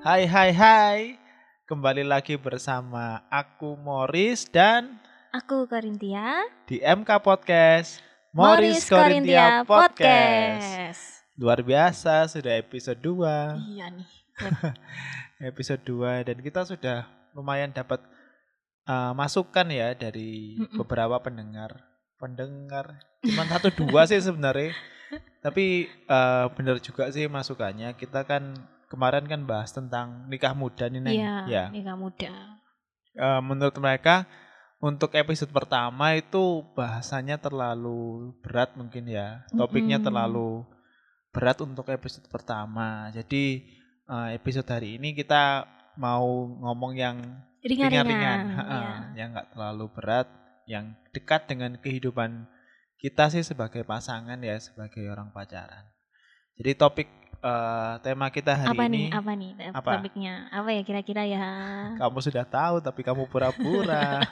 Hai hai hai. Kembali lagi bersama aku Morris dan Aku Korintia. di MK Podcast. Morris Morris Korintia Korintia Podcast. Podcast. Luar biasa sudah episode 2. Iya nih. Episode 2 dan kita sudah lumayan dapat masukan ya dari Mm-mm. beberapa pendengar. Cuman 1-2 sih sebenarnya. Tapi benar juga sih masukannya. Kita kan kemarin kan bahas tentang nikah muda nih Neng. Iya, Ya. nikah muda. Menurut mereka untuk episode pertama itu bahasanya terlalu berat mungkin ya. Topiknya Mm-mm. terlalu berat untuk episode pertama. Jadi episode hari ini kita mau ngomong yang ringan-ringan, Iya. yang nggak terlalu berat, yang dekat dengan kehidupan kita sih sebagai pasangan ya, sebagai orang pacaran. Jadi topik tema kita hari ini Apa nih apa? topiknya? Apa ya kira-kira ya? Kamu sudah tahu tapi kamu pura-pura.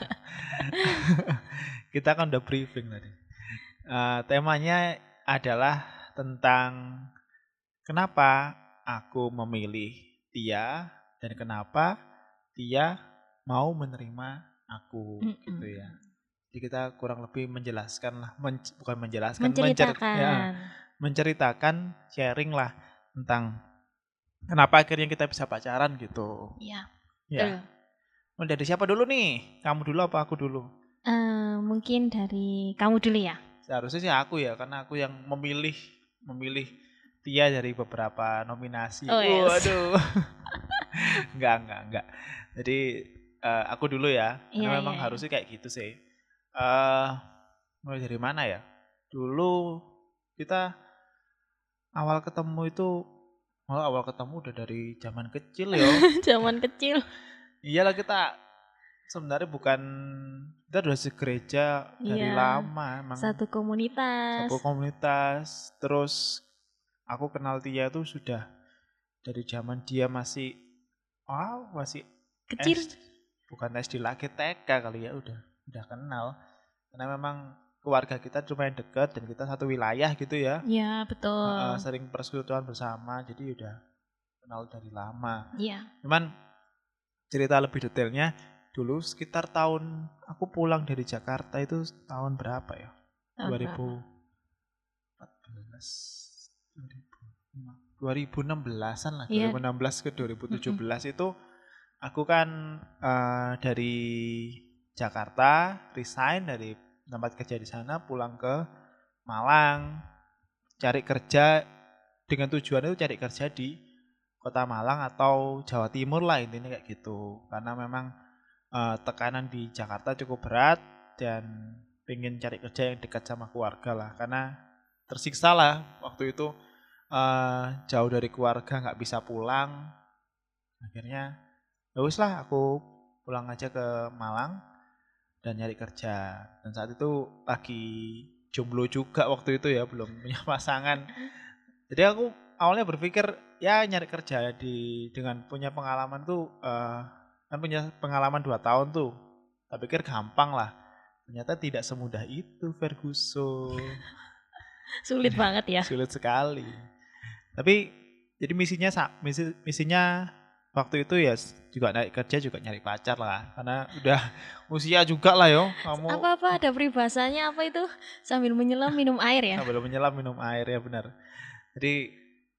Kita kan udah briefing tadi. Temanya adalah tentang kenapa aku memilih Tia dan kenapa Tia mau menerima aku gitu ya. Jadi kita kurang lebih menjelaskan lah, bukan menjelaskan, menceritakan, sharing lah tentang kenapa akhirnya kita bisa pacaran gitu. Iya. Ya. Mau dari siapa dulu nih? Kamu dulu apa aku dulu? Mungkin dari kamu dulu ya. Seharusnya sih aku ya, karena aku yang memilih Tia dari beberapa nominasi. Oh, yes. Waduh. Enggak. Jadi aku dulu ya. Karena memang harusnya kayak gitu sih. Mulai dari mana ya? Dulu kita awal ketemu udah dari zaman kecil ya. Zaman kecil. Iyalah kita sebenarnya kita udah segereja dari lama emang. Satu komunitas. Terus aku kenal Tia tuh sudah dari zaman dia masih kecil. Bukan SD lagi, TK kali ya, udah kenal. Karena memang keluarga kita lumayan dekat dan kita satu wilayah gitu ya. Iya, betul. Sering persekutuan bersama, jadi udah kenal dari lama. Iya. Cuman cerita lebih detailnya dulu sekitar tahun aku pulang dari Jakarta itu tahun berapa ya? 2016-an lah, 2016 ke 2017 itu aku kan dari Jakarta resign dari tempat kerja di sana, pulang ke Malang cari kerja dengan tujuan itu cari kerja di Kota Malang atau Jawa Timur lah intinya kayak gitu. Karena memang tekanan di Jakarta cukup berat dan pengen cari kerja yang dekat sama keluarga lah. Karena tersiksa lah waktu itu jauh dari keluarga, nggak bisa pulang. Akhirnya ya wis lah aku pulang aja ke Malang dan nyari kerja. Dan saat itu lagi jomblo juga waktu itu ya, belum punya pasangan. Jadi aku awalnya berpikir ya nyari kerja dengan punya pengalaman tuh kan punya pengalaman 2 tahun tuh. Tak pikir gampang lah. Ternyata tidak semudah itu, Ferguson. Sulit banget ya. Sulit sekali. Tapi jadi misinya waktu itu ya juga nyari kerja juga nyari pacar lah. Karena udah usia juga lah yo. Kamu apa ada peribahasanya apa itu? Sambil menyelam minum air ya? Sambil menyelam minum air ya benar. Jadi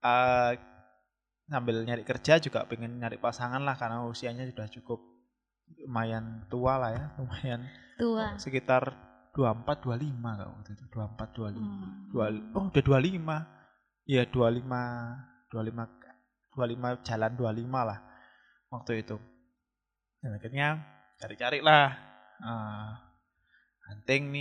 sambil nyari kerja juga pengen nyari pasangan lah karena usianya sudah cukup lumayan tua lah ya, lumayan tua. Sekitar 24 25 kalau waktu itu. 24 25. Udah 25. Iya 25 jalan 25 lah waktu itu. Dan akhirnya cari-cari lah. Hunting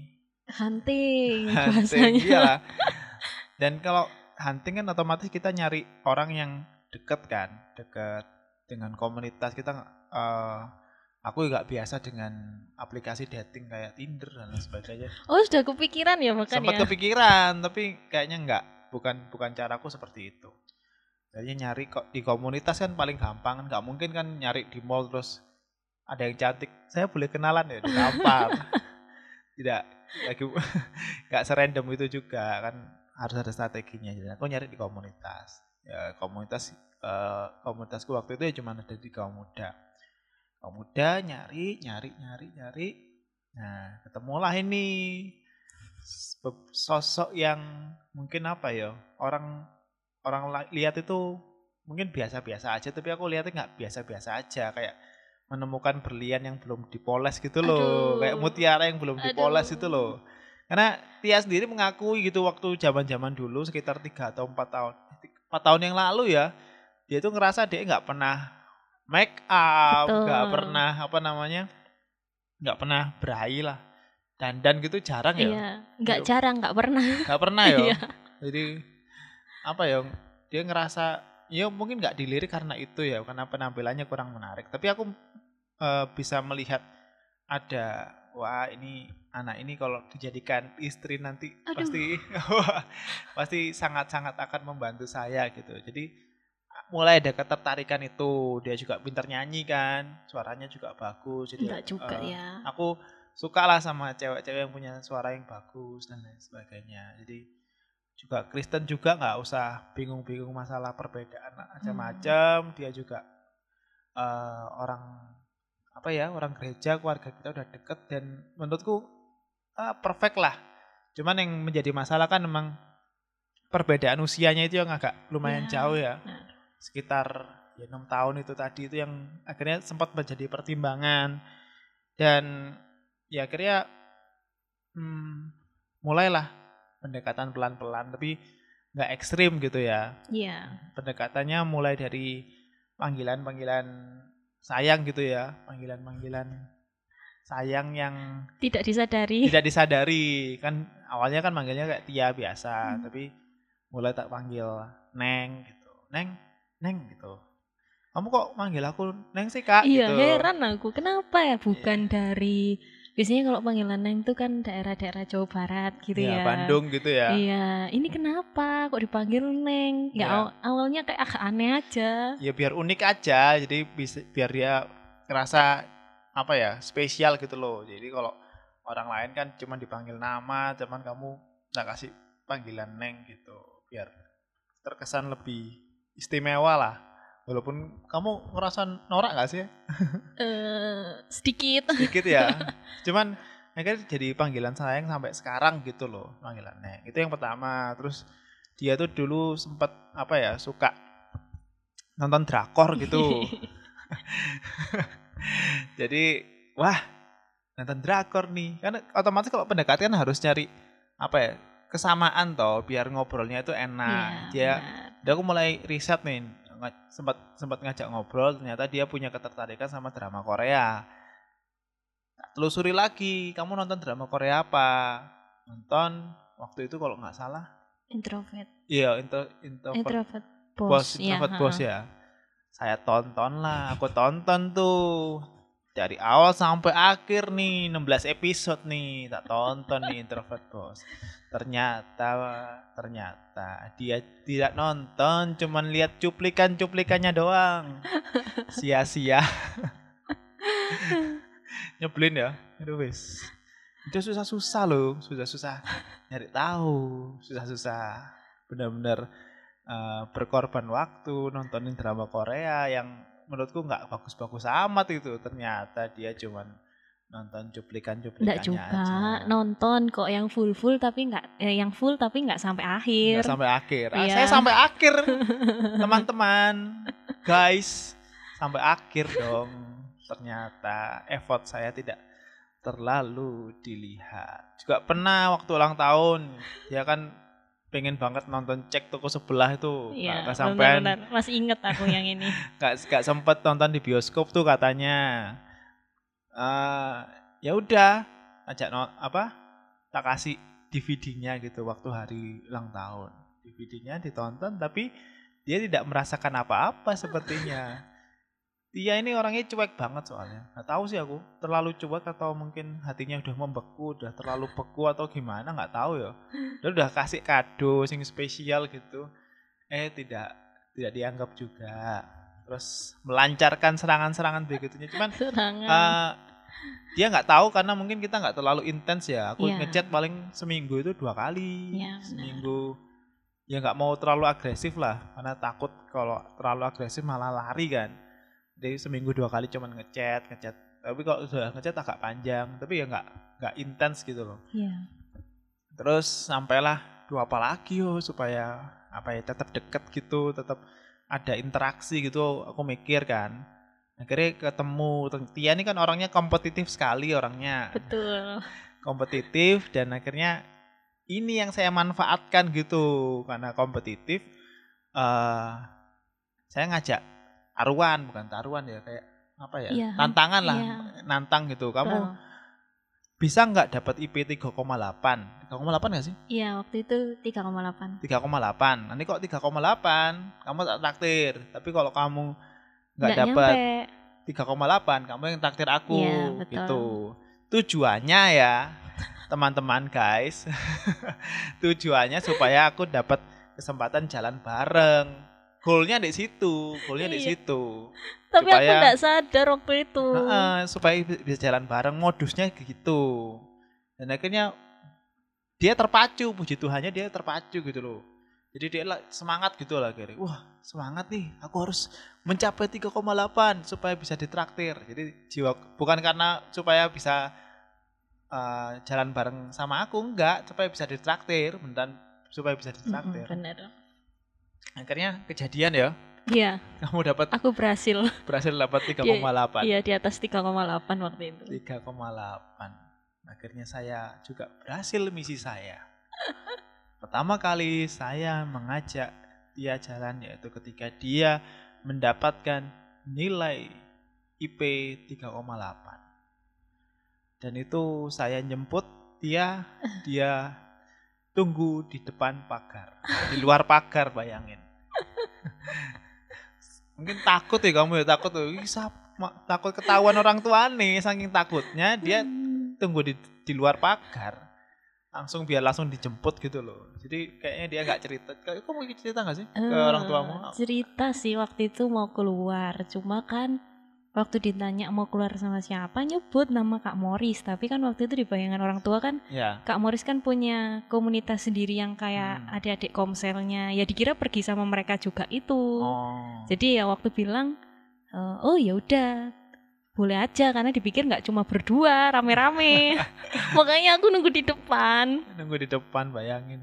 iyalah. Dan kalau hunting kan otomatis kita nyari orang yang dekat dengan komunitas kita. Aku nggak biasa dengan aplikasi dating kayak Tinder dan lain sebagainya. Oh sudah kepikiran ya bahkan Sempat kepikiran tapi kayaknya bukan caraku seperti itu. Jadi nyari kok di komunitas kan paling gampang, nggak mungkin kan nyari di mall terus ada yang cantik saya boleh kenalan ya ditampar. Tidak lagi nggak serandom itu juga kan, harus ada strateginya. Jadi aku nyari di komunitas. Ya komunitasku waktu itu ya cuma ada di kaum muda. Kaum muda nyari. Nah, ketemulah ini sosok yang mungkin apa ya? Orang lihat itu mungkin biasa-biasa aja, tapi aku lihatnya nggak biasa-biasa aja, kayak menemukan berlian yang belum dipoles gitu loh, kayak Aduh. mutiara yang belum dipoles Aduh. itu loh. Karena Tia sendiri mengakui gitu waktu zaman-zaman dulu sekitar 3 atau 4 tahun. 4 tahun yang lalu ya, dia tuh ngerasa dia nggak pernah make up, nggak Betul. pernah apa namanya, nggak pernah berahi lah, dandan gitu jarang ya. Iya, nggak jarang, nggak pernah. Nggak pernah ya. Iya. Jadi apa ya, dia ngerasa ya mungkin nggak dilirik karena itu ya, karena penampilannya kurang menarik. Tapi aku bisa melihat ada, wah ini anak ini kalau dijadikan istri nanti Aduh. pasti sangat-sangat akan membantu saya gitu. Jadi mulai ada ketertarikan itu. Dia juga pintar nyanyi kan, suaranya juga bagus. Jadi Enggak juga ya. aku suka lah sama cewek-cewek yang punya suara yang bagus dan lain sebagainya. Jadi juga Kristen juga nggak usah bingung-bingung masalah perbedaan macam-macam. Dia juga orang apa ya, orang gereja, keluarga kita udah deket dan menurutku perfect lah. Cuman yang menjadi masalah kan memang perbedaan usianya itu yang agak lumayan jauh ya. Sekitar ya 6 tahun itu tadi, itu yang akhirnya sempat menjadi pertimbangan. Dan ya akhirnya mulailah pendekatan pelan-pelan, tapi nggak ekstrim gitu ya. Iya. Pendekatannya mulai dari panggilan-panggilan sayang gitu ya, panggilan-panggilan sayang yang Tidak disadari. tidak disadari. Kan awalnya kan manggilnya kayak Tia biasa, tapi mulai tak panggil Neng gitu. Neng gitu. Kamu kok manggil aku Neng sih Kak? Iya, Gitu. heran aku. Kenapa ya bukan dari, biasanya kalau panggilan Neng itu kan daerah-daerah Jawa Barat gitu Ya, ya. Bandung gitu ya. Iya, ini kenapa kok dipanggil Neng? Nggak Ya. awalnya kayak agak aneh aja. Ya biar unik aja, jadi biar dia ngerasa apa ya, spesial gitu loh. Jadi kalau orang lain kan cuma dipanggil nama, cuman kamu tak kasih panggilan Neng gitu, biar terkesan lebih istimewa lah. Walaupun kamu ngerasa norak gak sih? Sedikit. Sedikit ya. Cuman akhirnya jadi panggilan sayang sampai sekarang gitu loh, panggilan Neng. Itu yang pertama. Terus dia tuh dulu sempat apa ya, suka nonton drakor gitu. Jadi wah, nonton drakor nih. Kan otomatis kalau pendekatan harus cari apa ya, kesamaan toh biar ngobrolnya itu enak. Iya, Dia aku mulai riset nih, sempat ngajak ngobrol, ternyata dia punya ketertarikan sama drama Korea. Telusuri lagi, kamu nonton drama Korea apa? Nonton waktu itu kalau nggak salah. Introvert. Iya, Introvert Boss. Introvert Boss ya. Saya tonton lah, aku tonton tuh dari awal sampai akhir nih, 16 episode nih tak tonton nih Introvert Boss. Ternyata dia tidak nonton, cuman lihat cuplikannya doang. Sia-sia. Nyebelin ya. Aduh wis. Itu susah-susah loh, susah-susah nyari tahu, susah-susah benar-benar berkorban waktu nontonin drama Korea yang menurutku nggak bagus-bagus amat itu. Ternyata dia cuman nonton cuplikannya Nggak juga, aja. nonton kok yang full tapi nggak sampai akhir. Nggak sampai akhir. Iya. Saya sampai akhir, teman-teman, guys, sampai akhir dong. Ternyata effort saya tidak terlalu dilihat. Juga pernah waktu ulang tahun, dia kan pengen banget nonton Cek Toko Sebelah itu. Iya, Gak sampean. benar. Masih inget aku yang ini. Gak sempet nonton di bioskop tuh katanya. Ya udah, tak kasih DVD-nya gitu waktu hari ulang tahun. DVD-nya ditonton tapi dia tidak merasakan apa-apa sepertinya. Dia ini orangnya cuek banget soalnya. Gak tahu sih aku, terlalu cuek atau mungkin hatinya udah membeku, udah terlalu beku atau gimana, nggak tahu ya. Dia udah kasih kado sing spesial gitu, tidak dianggap juga. Terus melancarkan serangan-serangan begitunya. Cuman dia nggak tahu karena mungkin kita nggak terlalu intens ya. Aku ngechat paling seminggu itu 2 kali, seminggu ya nggak mau terlalu agresif lah, karena takut kalau terlalu agresif malah lari kan. Jadi seminggu 2 kali cuman ngechat. Tapi kalau sudah ngechat agak panjang, tapi ya nggak intens gitu loh. Iya. Terus sampailah apa lagi supaya apa ya tetap deket gitu, tetap ada interaksi gitu. Aku mikir kan. Akhirnya ketemu. Tia ini kan orangnya kompetitif sekali orangnya. Betul. Kompetitif dan akhirnya ini yang saya manfaatkan gitu, karena kompetitif. Saya ngajak bukan taruhan ya, kayak apa ya, Iya, tantangan lah, iya. nantang gitu. Kamu Betul. bisa nggak dapat IP 3,8? 3,8 nggak sih? Iya, waktu itu 3,8. 3,8. Nanti kok 3,8 kamu tak traktir. Tapi kalau kamu nggak Nggak dapat nyampe. 3,8 kamu yang traktir aku. Iya, betul. Gitu. Tujuannya ya teman-teman guys. Tujuannya supaya aku dapat kesempatan jalan bareng. Goalnya di situ, di Iya. situ. Tapi aku Supaya nggak sadar waktu itu. supaya bisa jalan bareng, modusnya gitu. Dan akhirnya dia terpacu, puji Tuhannya dia terpacu gitu loh. Jadi dia semangat gitu lah akhirnya. Wah, semangat nih, aku harus mencapai 3,8 supaya bisa ditraktir. Jadi jiwa, bukan karena supaya bisa jalan bareng sama aku, enggak, supaya bisa ditraktir, beneran supaya bisa ditraktir. Bener. Akhirnya kejadian ya. Iya. Kamu dapat, aku berhasil dapat 3,8. Iya, di atas 3,8 waktu itu. 3,8. Akhirnya saya juga berhasil misi saya. Pertama kali saya mengajak dia jalan yaitu ketika dia mendapatkan nilai IP 3,8. Dan itu saya jemput dia tunggu di depan pagar. Di luar pagar, bayangin. Mungkin takut ya kamu ya, takut tuh. Takut ketahuan orang tua nih, saking takutnya dia tunggu di luar pagar. Biar langsung dijemput gitu loh. Jadi kayaknya dia nggak cerita. Kamu cerita nggak sih ke orang tuamu? Cerita sih, waktu itu mau keluar. Cuma kan waktu ditanya mau keluar sama siapa, nyebut nama Kak Morris. Tapi kan waktu itu di bayangan orang tua kan, ya, Kak Morris kan punya komunitas sendiri yang kayak adik-adik komselnya. Ya dikira pergi sama mereka juga itu. Jadi ya waktu bilang, oh ya udah, boleh aja, karena dipikir nggak cuma berdua, rame-rame. Makanya aku nunggu di depan. Bayangin.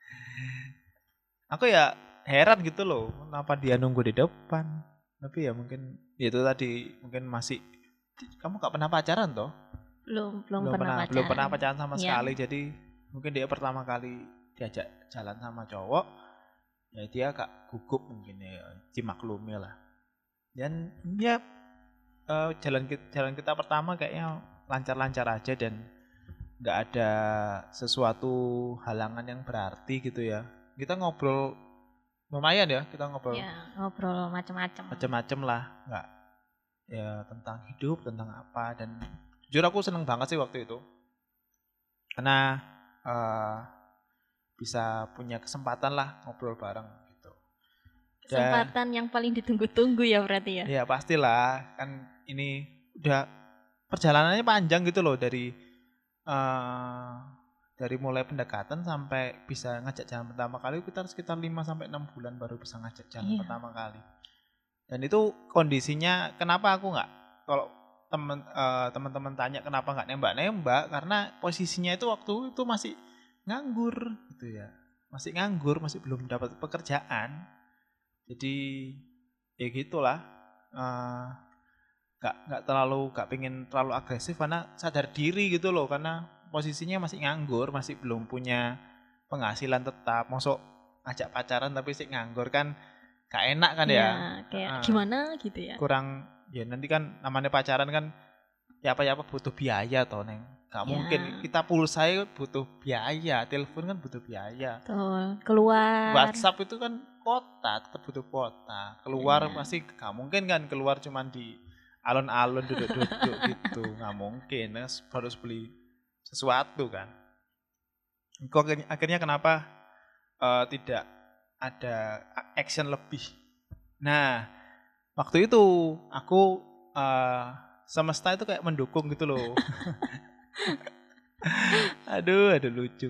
Aku ya heran gitu loh, kenapa dia nunggu di depan. Tapi ya mungkin itu tadi, mungkin masih, kamu gak pernah pacaran toh? Belum pernah pacaran. Belum pernah pacaran sama sekali. Jadi mungkin dia pertama kali diajak jalan sama cowok, ya dia agak gugup mungkin ya, dimaklumi lah. Dan ya jalan kita pertama kayaknya lancar-lancar aja dan nggak ada sesuatu halangan yang berarti gitu ya. Kita ngobrol lumayan ya, kita ngobrol. Ya, ngobrol macam-macam lah, nggak ya, tentang hidup, tentang apa. Dan jujur aku seneng banget sih waktu itu, karena bisa punya kesempatan lah ngobrol bareng gitu. Kesempatan yang paling ditunggu-tunggu ya berarti ya. Iya pastilah, kan ini udah perjalanannya panjang gitu loh, dari mulai pendekatan sampai bisa ngajak jalan pertama kali kita sekitar 5-6 bulan baru bisa ngajak jalan pertama kali. Dan itu kondisinya kenapa aku nggak, kalau teman-teman tanya kenapa nggak nembak, karena posisinya itu waktu itu masih nganggur gitu ya, masih belum dapat pekerjaan. Jadi ya gitulah, nggak pengen terlalu agresif karena sadar diri gitu loh, karena posisinya masih nganggur, masih belum punya penghasilan tetap. Masuk ajak pacaran tapi sih nganggur kan gak enak kan ya. Kayak gimana gitu ya. Kurang ya, nanti kan namanya pacaran kan ya apa butuh biaya toh Neng. Gak mungkin kita pulsa butuh biaya, telepon kan butuh biaya. Betul. Keluar WhatsApp itu kan kuota, tetap butuh kuota. Keluar pasti gak mungkin kan keluar cuman di alun-alun duduk-duduk gitu, nggak mungkin. Harus beli sesuatu kan. Akhirnya kenapa tidak ada action lebih. Nah waktu itu aku semesta itu kayak mendukung gitu loh. aduh lucu kok.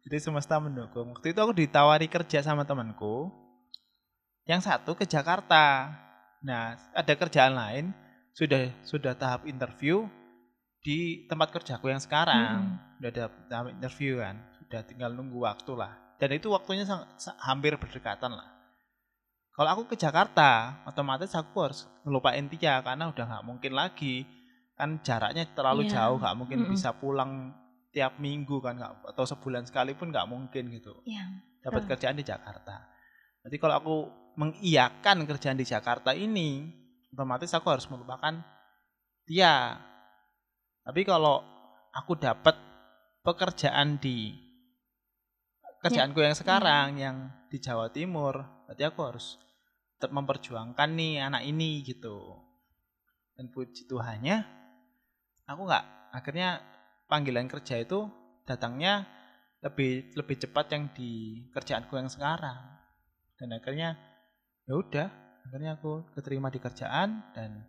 Jadi semesta mendukung. Waktu itu aku ditawari kerja sama temanku. Yang satu ke Jakarta. Nah, ada kerjaan lain sudah tahap interview di tempat kerjaku yang sekarang. Udah ada tahap interview kan. Sudah tinggal nunggu waktu lah. Dan itu waktunya hampir berdekatan lah. Kalau aku ke Jakarta, otomatis aku harus ngelupain Tia karena udah nggak mungkin lagi. Kan jaraknya terlalu jauh, nggak mungkin bisa pulang tiap minggu kan, atau sebulan sekali pun nggak mungkin gitu. Dapat kerjaan di Jakarta. Jadi kalau aku mengiyakan kerjaan di Jakarta ini, otomatis aku harus melupakan Tia. Tapi kalau aku dapat pekerjaan di kerjaanku yang sekarang yang di Jawa Timur, berarti aku harus tetap memperjuangkan nih anak ini gitu. Dan puji Tuhannya, aku nggak, akhirnya panggilan kerja itu datangnya lebih cepat yang di kerjaanku yang sekarang. Dan akhirnya ya udah, akhirnya aku keterima di kerjaan dan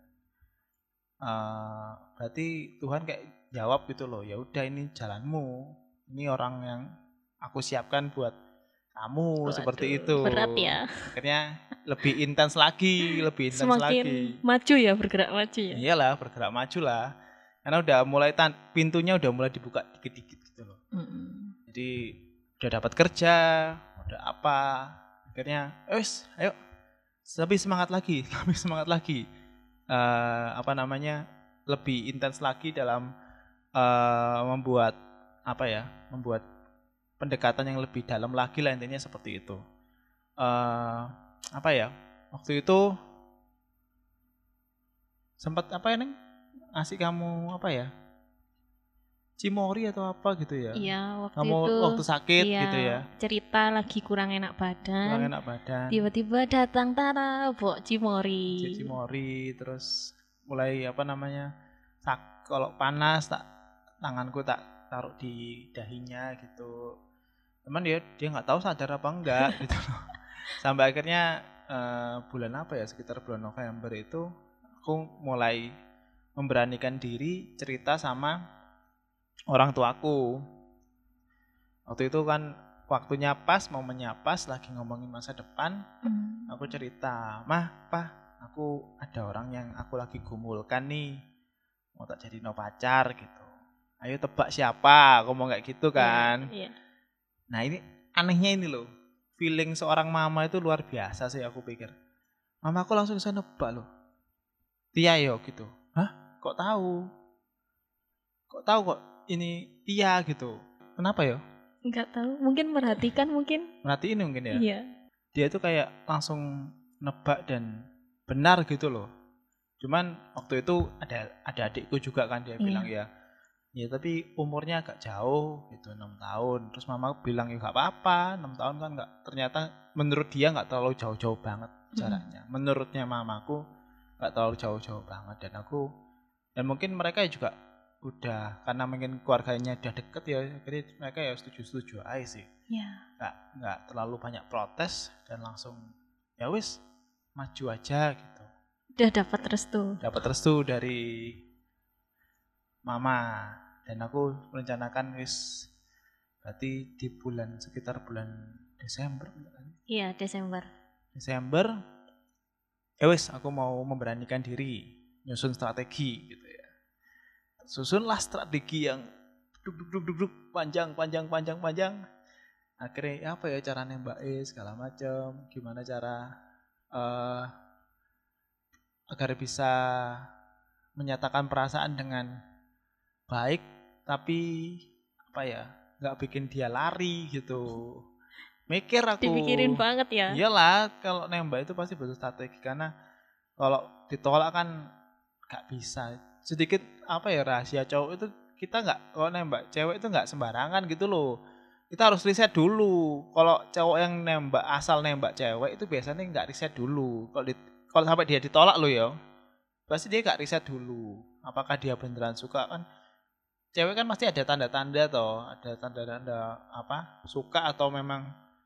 berarti Tuhan kayak jawab gitu loh, ya udah ini jalanmu, ini orang yang aku siapkan buat kamu. Seperti itu. Berat ya. Akhirnya lebih intens lagi, Semakin maju ya, bergerak maju ya. Iyalah, bergerak maju lah. Karena udah mulai pintunya udah mulai dibuka dikit-dikit gitu loh. Jadi udah dapat kerja, udah apa, akhirnya ayo lebih semangat lagi lebih intens lagi dalam membuat pendekatan yang lebih dalam lagi lah, intinya seperti itu. Waktu itu sempat Neng ngasih kamu Cimori atau apa gitu ya? Iya, waktu sakit gitu ya. Cerita lagi kurang enak badan. Tiba-tiba datang Tara bawa Cimori. Terus mulai kalau panas tanganku tak taruh di dahinya gitu. Cuman dia nggak tahu sadar apa enggak gitu loh. Sampai akhirnya sekitar bulan November itu aku mulai memberanikan diri cerita sama orang tuaku. Waktu itu kan waktunya pas, momennya pas, lagi ngomongin masa depan. Aku cerita, "Mah, Pah, aku ada orang yang aku lagi gumulkan nih, mau tak jadi pacar gitu. Ayo tebak siapa?" Aku mau kayak gitu kan. Nah ini anehnya ini loh, feeling seorang mama itu luar biasa sih, aku pikir. Mama aku langsung bisa nebak loh, Tia yo gitu. Hah? Kok tahu kok ini Tia gitu? Kenapa yo? Enggak tahu, mungkin merhatiin mungkin ya. Iya. Dia tuh kayak langsung nebak dan benar gitu loh. Cuman waktu itu ada adikku juga kan, dia bilang ya tapi umurnya agak jauh gitu, 6 tahun. Terus mama bilang ya gak apa-apa, 6 tahun kan enggak, ternyata menurut dia gak terlalu jauh-jauh banget jaraknya. Menurutnya mamaku gak terlalu jauh-jauh banget. Dan mungkin mereka juga udah, karena mungkin keluarganya udah deket ya, jadi mereka ya setuju-setuju aja sih. Nggak terlalu banyak protes dan langsung ya wis maju aja gitu. Udah dapat restu dari mama, dan aku merencanakan wis berarti di sekitar bulan Desember. Iya, Desember. Ya wis aku mau memberanikan diri, nyusun strategi gitu ya. Susunlah strategi yang panjang. Akhirnya apa ya cara nembak segala macam, gimana cara agar bisa menyatakan perasaan dengan baik tapi nggak bikin dia lari gitu. Mikir aku. Dipikirin banget ya. Iyalah, kalau nembak itu pasti butuh strategi, karena kalau ditolak kan nggak bisa. Sedikit rahasia cowok itu, kita nggak, kalau nembak cewek itu nggak sembarangan gitu loh. Kita harus riset dulu. Kalau cowok yang asal nembak cewek itu biasanya nggak riset dulu. Kalau sampai dia ditolak loh ya, pasti dia nggak riset dulu. Apakah dia beneran suka kan? Cewek kan pasti ada tanda-tanda ada tanda-tanda suka atau memang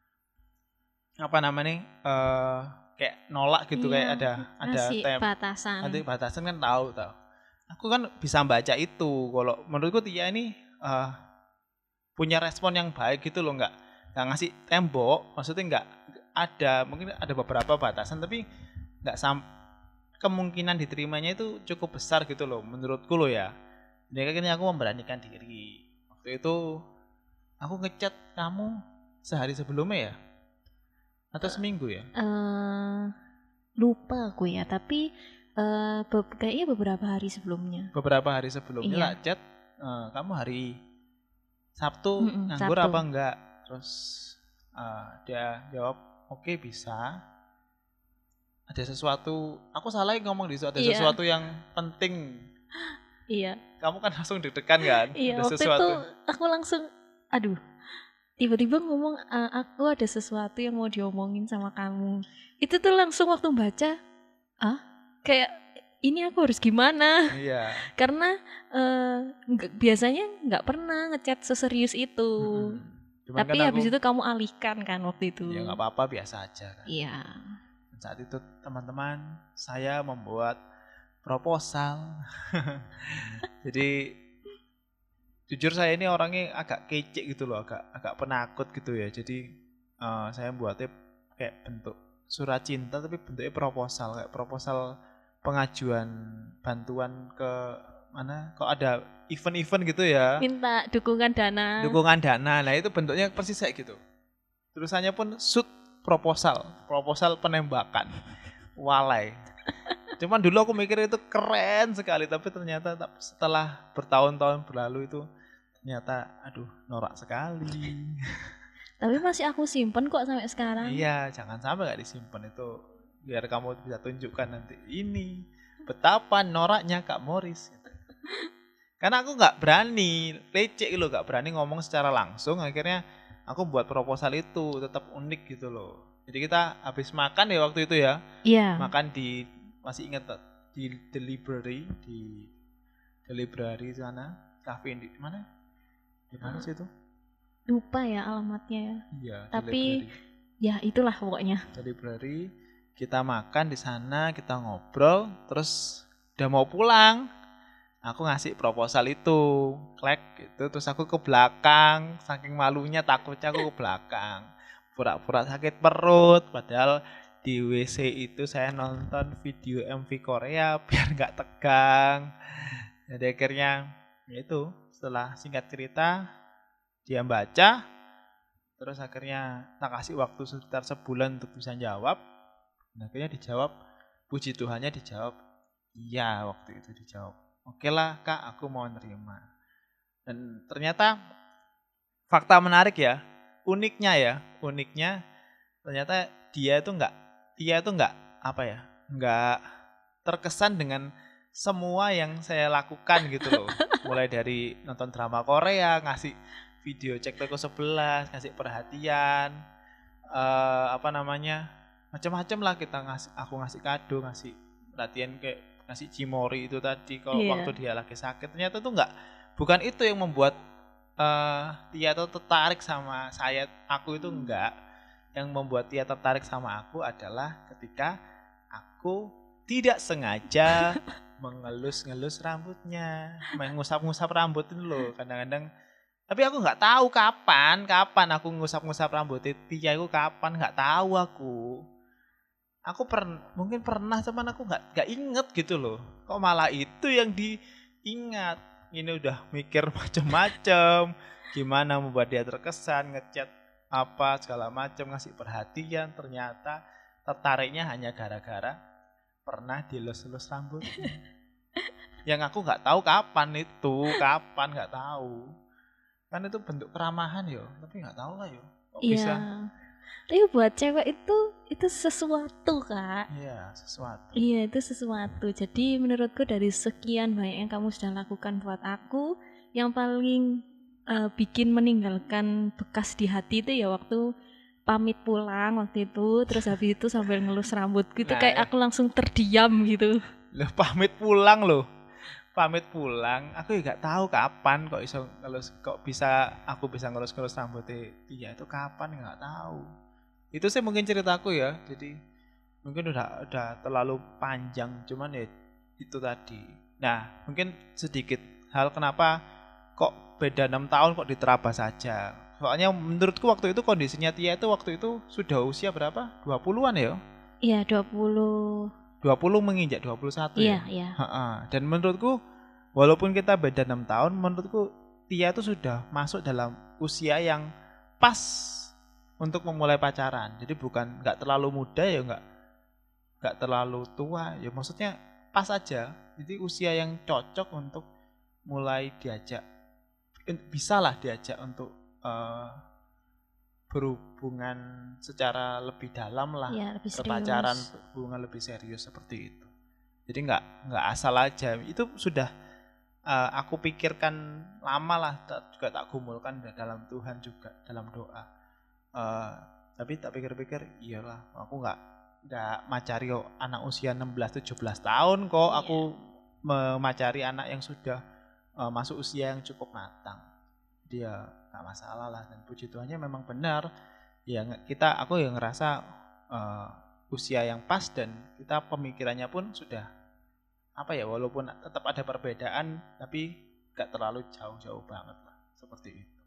kayak nolak gitu, kayak ada batasan kan tahu. Aku kan bisa baca itu. Kalau menurutku Tia ini punya respon yang baik gitu loh, nggak ngasih tembok, maksudnya nggak ada, mungkin ada beberapa batasan tapi nggak kemungkinan diterimanya itu cukup besar gitu loh menurutku loh ya. Jadi akhirnya aku memberanikan diri. Waktu itu aku ngechat kamu sehari sebelumnya ya? Atau seminggu ya? Lupa aku ya, tapi kayaknya beberapa hari sebelumnya. Beberapa hari sebelumnya Iya. tak chat, kamu hari Sabtu nganggur Sabtu. apa enggak? Terus dia jawab, oke, bisa. Ada sesuatu, aku salah ngomong di situ, ada sesuatu yang penting. Iya. Kamu kan langsung deg-degan kan? Iya, ada waktu sesuatu. itu aku langsung, aduh, tiba-tiba ngomong, aku ada sesuatu yang mau diomongin sama kamu. Itu tuh langsung waktu baca, kayak ini aku harus gimana? Iya. Karena biasanya nggak pernah ngechat seserius itu. Tapi kan habis itu kamu alihkan kan waktu itu. Ya nggak apa-apa, biasa aja kan. Iya. Saat itu teman-teman, saya membuat proposal. Jadi jujur saya ini orangnya agak kece gitu loh, agak penakut gitu ya. Jadi saya buatnya kayak bentuk surat cinta tapi bentuknya proposal, kayak proposal pengajuan bantuan ke mana, kok ada event-event gitu ya, minta dukungan dana. Nah itu bentuknya persis kayak gitu. Tulisannya pun shoot proposal penembakan, walai. Cuman dulu aku mikir itu keren sekali, tapi ternyata setelah bertahun-tahun berlalu itu ternyata aduh norak sekali. Tapi masih aku simpen kok sampai sekarang. Iya, jangan sampai gak disimpan itu, biar kamu bisa tunjukkan nanti ini betapa noraknya Kak Morris. Karena aku nggak berani, lecek loh, nggak berani ngomong secara langsung. Akhirnya aku buat proposal itu tetap unik gitu loh. Jadi kita habis makan ya waktu itu ya. Iya. Makan di, masih ingat di delivery sana, cafe di mana? Di mana sih itu? Lupa ya alamatnya. Iya. Tapi delivery. Ya itulah pokoknya. Delivery, kita makan di sana, kita ngobrol, terus udah mau pulang. Aku ngasih proposal itu, klek gitu, terus aku ke belakang, saking malunya takutnya aku ke belakang, pura-pura sakit perut, padahal di WC itu saya nonton video MV Korea biar nggak tegang. Jadi akhirnya itu, setelah singkat cerita dia baca, terus akhirnya tak kasih waktu sekitar sebulan untuk bisa jawab. Dan akhirnya dijawab, puji Tuhannya dijawab, iya waktu itu dijawab. Oke lah Kak, aku mau nerima. Dan ternyata fakta menarik ya, uniknya ternyata dia itu enggak apa ya, enggak terkesan dengan semua yang saya lakukan gitu loh. Mulai dari nonton drama Korea, ngasih video cek toko 11, ngasih perhatian, macam-macam lah kita aku ngasih kado, ngasih perhatian kayak ngasih cimori itu tadi kalau waktu dia lagi sakit. Ternyata tuh bukan itu yang membuat Tia tuh tertarik sama saya, aku itu enggak. Yang membuat Tia tertarik sama aku adalah ketika aku tidak sengaja mengelus-ngelus rambutnya, mengusap-ngusap rambut itu loh kadang-kadang. Tapi aku nggak tahu kapan aku ngusap-ngusap rambut Tia itu kapan, nggak tahu aku. Aku mungkin pernah, cuman aku nggak inget gitu loh. Kok malah itu yang diingat. Ini udah mikir macem-macem, gimana membuat dia terkesan, ngechat apa segala macam, ngasih perhatian. Ternyata tertariknya hanya gara-gara pernah dilus-lus rambut. Yang aku nggak tahu kapan nggak tahu. Kan itu bentuk keramahan yo, tapi nggak tahu lah yo. Kok bisa? Tapi buat cewek itu sesuatu Kak. Iya, sesuatu. Iya, itu sesuatu. Jadi menurutku dari sekian banyak yang kamu sudah lakukan buat aku, yang paling bikin meninggalkan bekas di hati itu ya waktu pamit pulang waktu itu, terus habis itu sambil ngelus rambut gitu, kayak aku langsung terdiam gitu. Loh, pamit pulang, aku juga tahu kapan kok aku bisa ngelus rambutnya Tia itu kapan, nggak tahu. Itu sih mungkin ceritaku ya. Jadi mungkin udah terlalu panjang, cuman ya itu tadi. Nah, mungkin sedikit hal kenapa kok beda 6 tahun kok diterabas saja. Soalnya menurutku waktu itu kondisinya Tia itu waktu itu sudah usia berapa? 20-an ya? Iya, 20 menginjak 21 iya, ya? Iya. Dan menurutku walaupun kita beda 6 tahun, menurutku Tia itu sudah masuk dalam usia yang pas untuk memulai pacaran. Jadi bukan nggak terlalu muda ya, nggak terlalu tua ya, maksudnya pas aja. Jadi usia yang cocok untuk mulai diajak, bisalah diajak untuk berhubungan secara lebih dalam lah, Iya, lebih berpacaran, serius. hubungan lebih serius seperti itu. Jadi nggak asal aja. Itu sudah aku pikirkan lama lah, juga tak gumulkan dalam Tuhan juga, dalam doa. Tapi tak pikir-pikir, iyalah aku nggak macari anak usia 16-17 tahun kok. Iya. Aku memacari anak yang sudah masuk usia yang cukup matang. Dia nggak masalah lah, dan puji Tuhannya memang benar ya, aku yang ngerasa usia yang pas, dan kita pemikirannya pun sudah apa ya, walaupun tetap ada perbedaan tapi nggak terlalu jauh-jauh banget lah, seperti itu.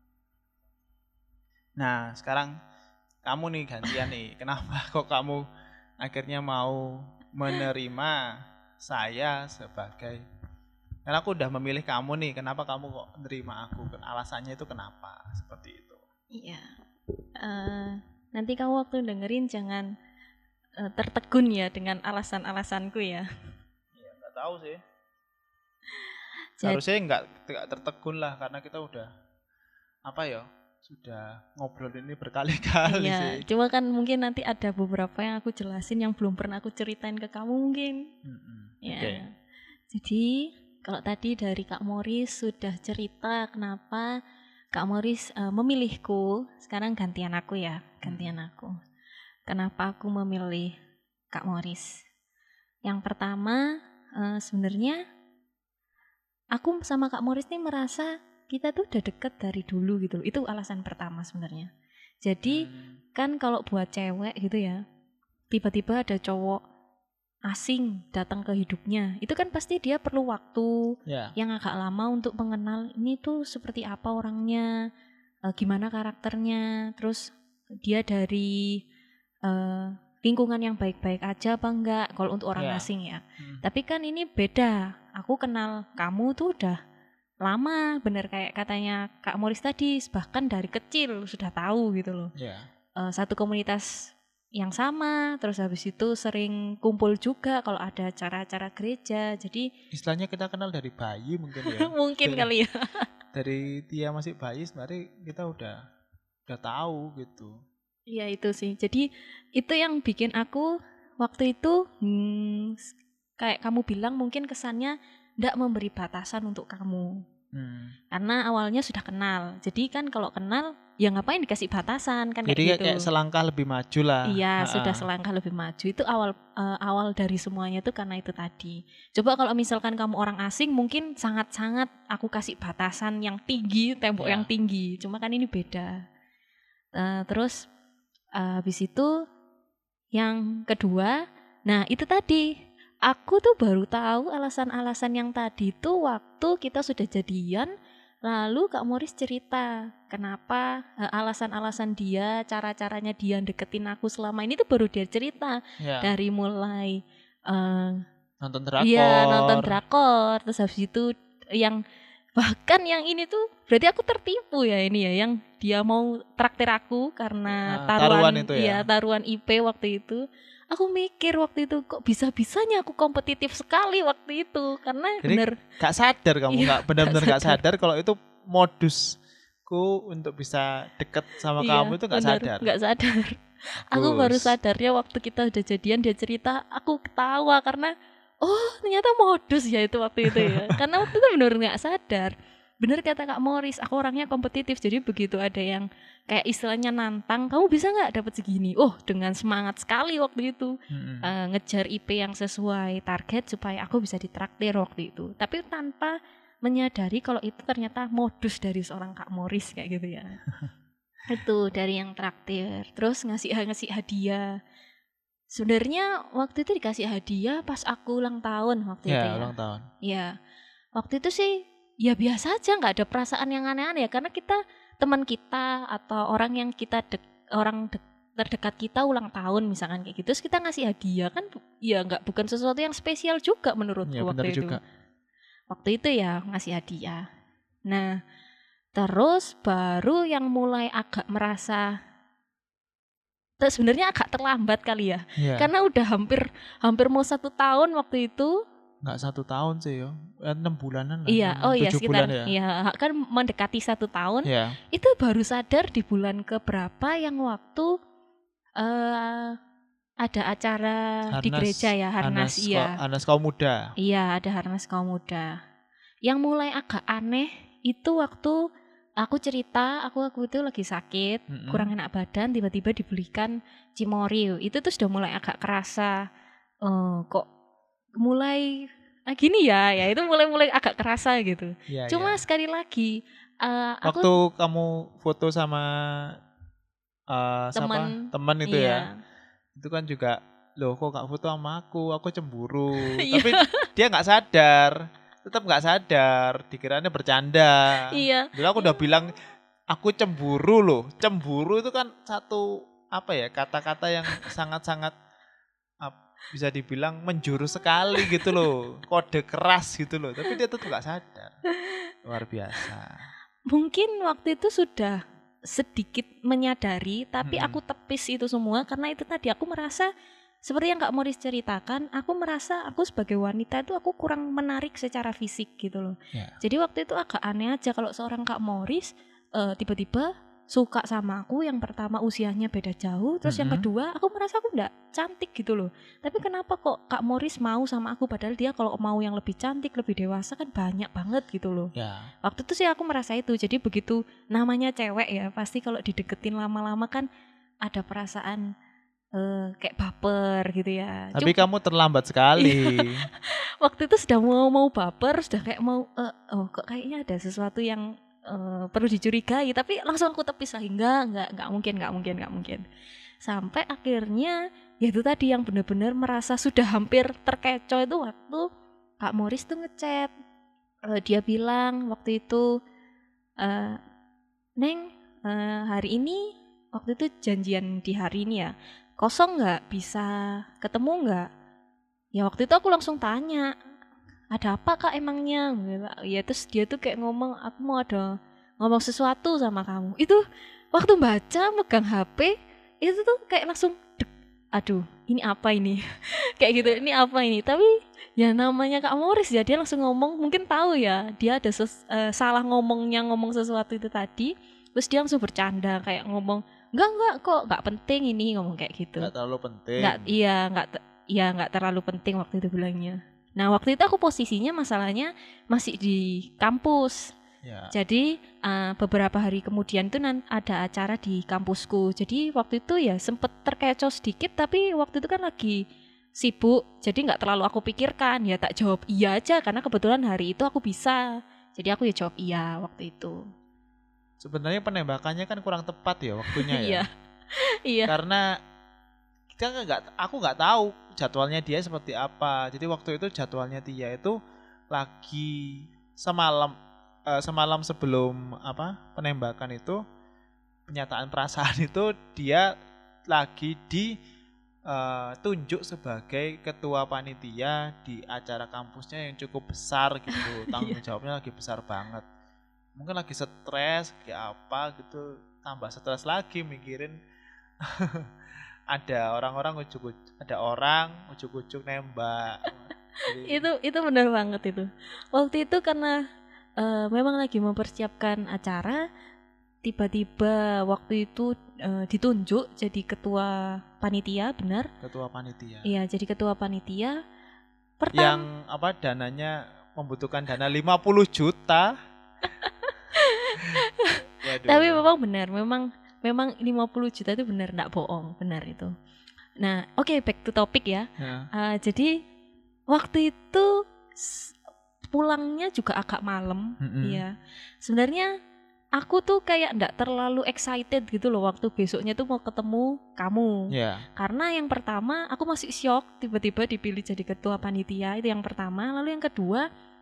Nah sekarang kamu nih gantian nih, kenapa kok kamu akhirnya mau menerima saya sebagai, karena aku udah memilih kamu nih, kenapa kamu kok nerima aku, alasannya itu kenapa, seperti itu. Iya. Nanti kamu waktu dengerin jangan tertegun ya dengan alasan-alasanku ya. Ya nggak tahu sih. Harusnya nggak tertegun lah, karena kita udah apa ya, sudah ngobrol ini berkali-kali sih. Cuma kan mungkin nanti ada beberapa yang aku jelasin yang belum pernah aku ceritain ke kamu mungkin. Ya. Okay. Jadi kalau tadi dari Kak Moris sudah cerita kenapa Kak Moris memilihku, sekarang gantian aku ya, aku. Kenapa aku memilih Kak Moris? Yang pertama sebenarnya aku sama Kak Moris nih merasa kita tuh udah deket dari dulu gitu loh. Itu alasan pertama sebenarnya. Jadi kan kalau buat cewek gitu ya, tiba-tiba ada cowok asing datang ke hidupnya, itu kan pasti dia perlu waktu yang agak lama untuk mengenal ini tuh seperti apa orangnya, gimana karakternya, terus dia dari lingkungan yang baik-baik aja apa enggak kalau untuk orang asing ya. Tapi kan ini beda, aku kenal kamu tuh udah lama, bener kayak katanya Kak Moris tadi, bahkan dari kecil sudah tahu gitu loh. Satu komunitas yang sama, terus habis itu sering kumpul juga kalau ada acara-acara gereja. Jadi istilahnya kita kenal dari bayi mungkin ya. Mungkin kali ya. Dari Tia masih bayi sebenarnya kita udah tahu gitu. Iya itu sih. Jadi itu yang bikin aku waktu itu kayak kamu bilang mungkin kesannya nggak memberi batasan untuk kamu. Karena awalnya sudah kenal. Jadi kan kalau kenal ya ngapain dikasih batasan kan. Jadi kayak gitu. Kayak selangkah lebih maju lah. Iya, sudah selangkah lebih maju. Itu awal dari semuanya tuh karena itu tadi. Coba kalau misalkan kamu orang asing mungkin sangat-sangat aku kasih batasan yang tinggi, tembok yang tinggi. Cuma kan ini beda. Terus habis itu yang kedua, nah itu tadi aku tuh baru tahu alasan-alasan yang tadi tuh waktu kita sudah jadian, lalu Kak Moris cerita kenapa alasan-alasan dia, cara-caranya dia deketin aku selama ini tuh baru dia cerita. Dari mulai nonton drakor. Iya, nonton drakor, terus habis itu yang bahkan yang ini tuh berarti aku tertipu ya ini ya, yang dia mau traktir aku karena taruhan itu ya. Taruhan IP waktu itu. Aku mikir waktu itu kok bisa-bisanya aku kompetitif sekali waktu itu, karena jadi bener gak sadar kamu, gak benar-benar gak sadar kalau itu modusku untuk bisa deket sama kamu itu gak sadar. Gak sadar. Aku baru sadarnya waktu kita udah jadian, dia cerita, aku ketawa karena oh ternyata modus ya itu waktu itu ya. Karena waktu itu bener-bener gak sadar. Bener kata Kak Moris, aku orangnya kompetitif. Jadi begitu ada yang kayak istilahnya nantang, kamu bisa gak dapat segini? Oh dengan semangat sekali waktu itu. Ngejar IP yang sesuai target supaya aku bisa ditraktir waktu itu. Tapi tanpa menyadari kalau itu ternyata modus dari seorang Kak Moris kayak gitu ya. Itu dari yang traktir. Terus ngasih hadiah. Sebenarnya waktu itu dikasih hadiah pas aku ulang tahun waktu itu ya. Ulang tahun. Iya. Waktu itu sih ya biasa aja, nggak ada perasaan yang aneh-aneh ya, karena kita teman kita atau orang yang kita terdekat kita ulang tahun misalkan kayak gitu, terus kita ngasih hadiah kan ya bukan sesuatu yang spesial juga menurutku Ya, waktu itu. juga. Waktu itu ya ngasih hadiah. Nah, terus baru yang mulai agak merasa sebenarnya agak terlambat kali ya. Karena udah hampir mau 1 tahun waktu itu. Nggak 1 tahun sih ya, 6 bulanan lah. Iya, oh iya sekitar bulan ya. Iya, kan mendekati 1 tahun. Ya. Itu baru sadar di bulan keberapa yang waktu ada acara di gereja ya, Harnas iya. Harnas kaum muda. Iya, ada Harnas kaum muda. Yang mulai agak aneh itu waktu aku cerita, aku itu lagi sakit, kurang enak badan, tiba-tiba dibelikan Cimory. Itu tuh sudah mulai agak kerasa, kok mulai gini ya itu mulai agak kerasa gitu. Cuma sekali lagi, waktu kamu foto sama teman itu ya, itu kan juga loh kok gak foto sama aku cemburu. Tapi dia nggak sadar. Tetap nggak sadar, dikiranya bercanda. Iya. Dulu aku udah bilang aku cemburu loh. Cemburu itu kan satu kata-kata yang sangat-sangat bisa dibilang menjurus sekali gitu loh. Kode keras gitu loh. Tapi dia tetap nggak sadar. Luar biasa. Mungkin waktu itu sudah sedikit menyadari, tapi aku tepis itu semua karena itu tadi aku merasa seperti yang Kak Morris ceritakan, aku merasa aku sebagai wanita itu aku kurang menarik secara fisik gitu loh. Jadi waktu itu agak aneh aja kalau seorang Kak Morris tiba-tiba suka sama aku. Yang pertama usianya beda jauh, terus yang kedua aku merasa aku enggak cantik gitu loh. Tapi kenapa kok Kak Morris mau sama aku, padahal dia kalau mau yang lebih cantik, lebih dewasa kan banyak banget gitu loh. Waktu itu sih aku merasa itu. Jadi begitu namanya cewek ya, pasti kalau dideketin lama-lama kan ada perasaan kayak baper gitu ya. Tapi kamu terlambat sekali. Waktu itu sudah mau baper, sudah kayak mau kok kayaknya ada sesuatu yang perlu dicurigai, tapi langsung aku tepis lagi, enggak mungkin. Sampai akhirnya ya itu tadi yang benar-benar merasa sudah hampir terkecoh itu waktu Kak Morris tuh ngechat. Dia bilang waktu itu, Neng, hari ini waktu itu janjian di hari ini ya, kosong nggak, bisa ketemu nggak? Ya waktu itu aku langsung tanya, ada apa Kak emangnya? Ya terus dia tuh kayak ngomong, aku mau ada ngomong sesuatu sama kamu. Itu waktu baca megang HP itu tuh kayak langsung aduh ini apa ini? Kayak gitu, ini apa ini? Tapi ya namanya Kak Morris ya, dia langsung ngomong, mungkin tahu ya dia ada salah ngomong sesuatu itu tadi. Terus dia langsung bercanda kayak ngomong, enggak kok enggak penting ini, ngomong kayak gitu. Enggak terlalu penting. Enggak terlalu penting waktu itu bilangnya. Nah, waktu itu aku posisinya masalahnya masih di kampus. Jadi beberapa hari kemudian itu ada acara di kampusku. Jadi waktu itu ya sempet terkecoh sedikit, tapi waktu itu kan lagi sibuk. Jadi enggak terlalu aku pikirkan, ya tak jawab iya aja karena kebetulan hari itu aku bisa. Jadi aku ya jawab iya waktu itu. Sebenarnya penembakannya kan kurang tepat ya waktunya ya. Iya. Karena aku nggak tahu jadwalnya dia seperti apa. Jadi waktu itu jadwalnya dia itu lagi semalam sebelum penembakan itu, penyataan perasaan itu dia lagi ditunjuk sebagai ketua panitia di acara kampusnya yang cukup besar gitu. Tanggung jawabnya lagi besar banget. Mungkin lagi stres kayak apa gitu, tambah stres lagi mikirin ada orang ujuk-ujuk nembak. Itu benar banget itu. Waktu itu karena memang lagi mempersiapkan acara, tiba-tiba waktu itu ditunjuk jadi ketua panitia, benar? Ketua panitia. Iya, jadi ketua panitia. Yang dananya membutuhkan dana 50 juta. Tapi memang benar, memang 50 juta itu benar, enggak bohong, benar itu. Nah, oke, back to topic ya. Jadi waktu itu pulangnya juga agak malam, ya. Sebenarnya aku tuh kayak enggak terlalu excited gitu loh waktu besoknya tuh mau ketemu kamu. Karena yang pertama aku masih shock tiba-tiba dipilih jadi ketua panitia, itu yang pertama. Lalu yang kedua,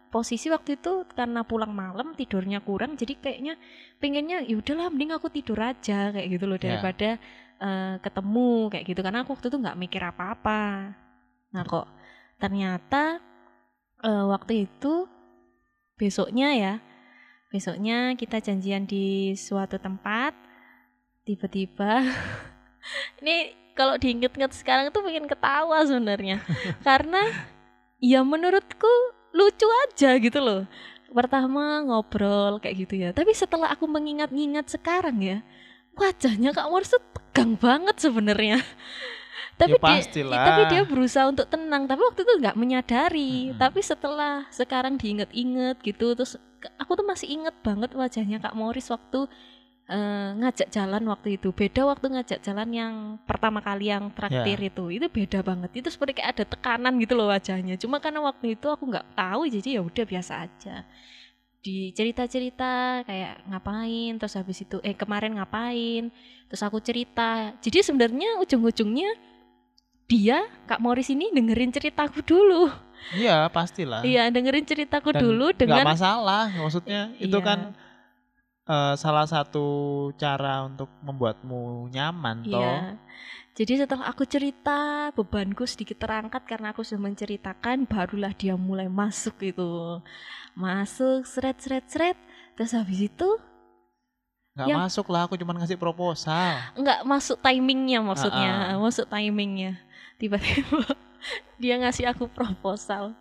posisi waktu itu karena pulang malam tidurnya kurang, jadi kayaknya pengennya ya udahlah mending aku tidur aja kayak gitu loh daripada ketemu kayak gitu, karena aku waktu itu nggak mikir apa-apa. Nah kok ternyata waktu itu besoknya kita janjian di suatu tempat, tiba-tiba ini kalau diinget-inget sekarang tuh pengen ketawa sebenarnya karena ya menurutku lucu aja gitu loh. Pertama ngobrol kayak gitu ya, tapi setelah aku mengingat-ingat sekarang ya, wajahnya Kak Morris tuh tegang banget sebenarnya. Tapi dia berusaha untuk tenang, tapi waktu itu nggak menyadari. Tapi setelah sekarang diinget-inget gitu, terus aku tuh masih inget banget wajahnya Kak Morris waktu ngajak jalan waktu itu. Beda waktu ngajak jalan yang pertama kali yang traktir itu beda banget. Itu seperti kayak ada tekanan gitu loh wajahnya. Cuma karena waktu itu aku nggak tahu, jadi ya udah biasa aja. Di cerita-cerita kayak ngapain, terus habis itu kemarin ngapain, terus aku cerita. Jadi sebenarnya ujung-ujungnya dia Kak Morris ini dengerin ceritaku dulu. Iya pastilah. Iya dengerin ceritaku dulu dengan nggak masalah, maksudnya itu kan salah satu cara untuk membuatmu nyaman toh. Jadi setelah aku cerita, bebanku sedikit terangkat karena aku sudah menceritakan, barulah dia mulai masuk itu. Masuk seret. Terus habis itu nggak masuk lah, aku cuma ngasih proposal. Nggak masuk timingnya maksudnya, masuk timingnya. Tiba-tiba dia ngasih aku proposal.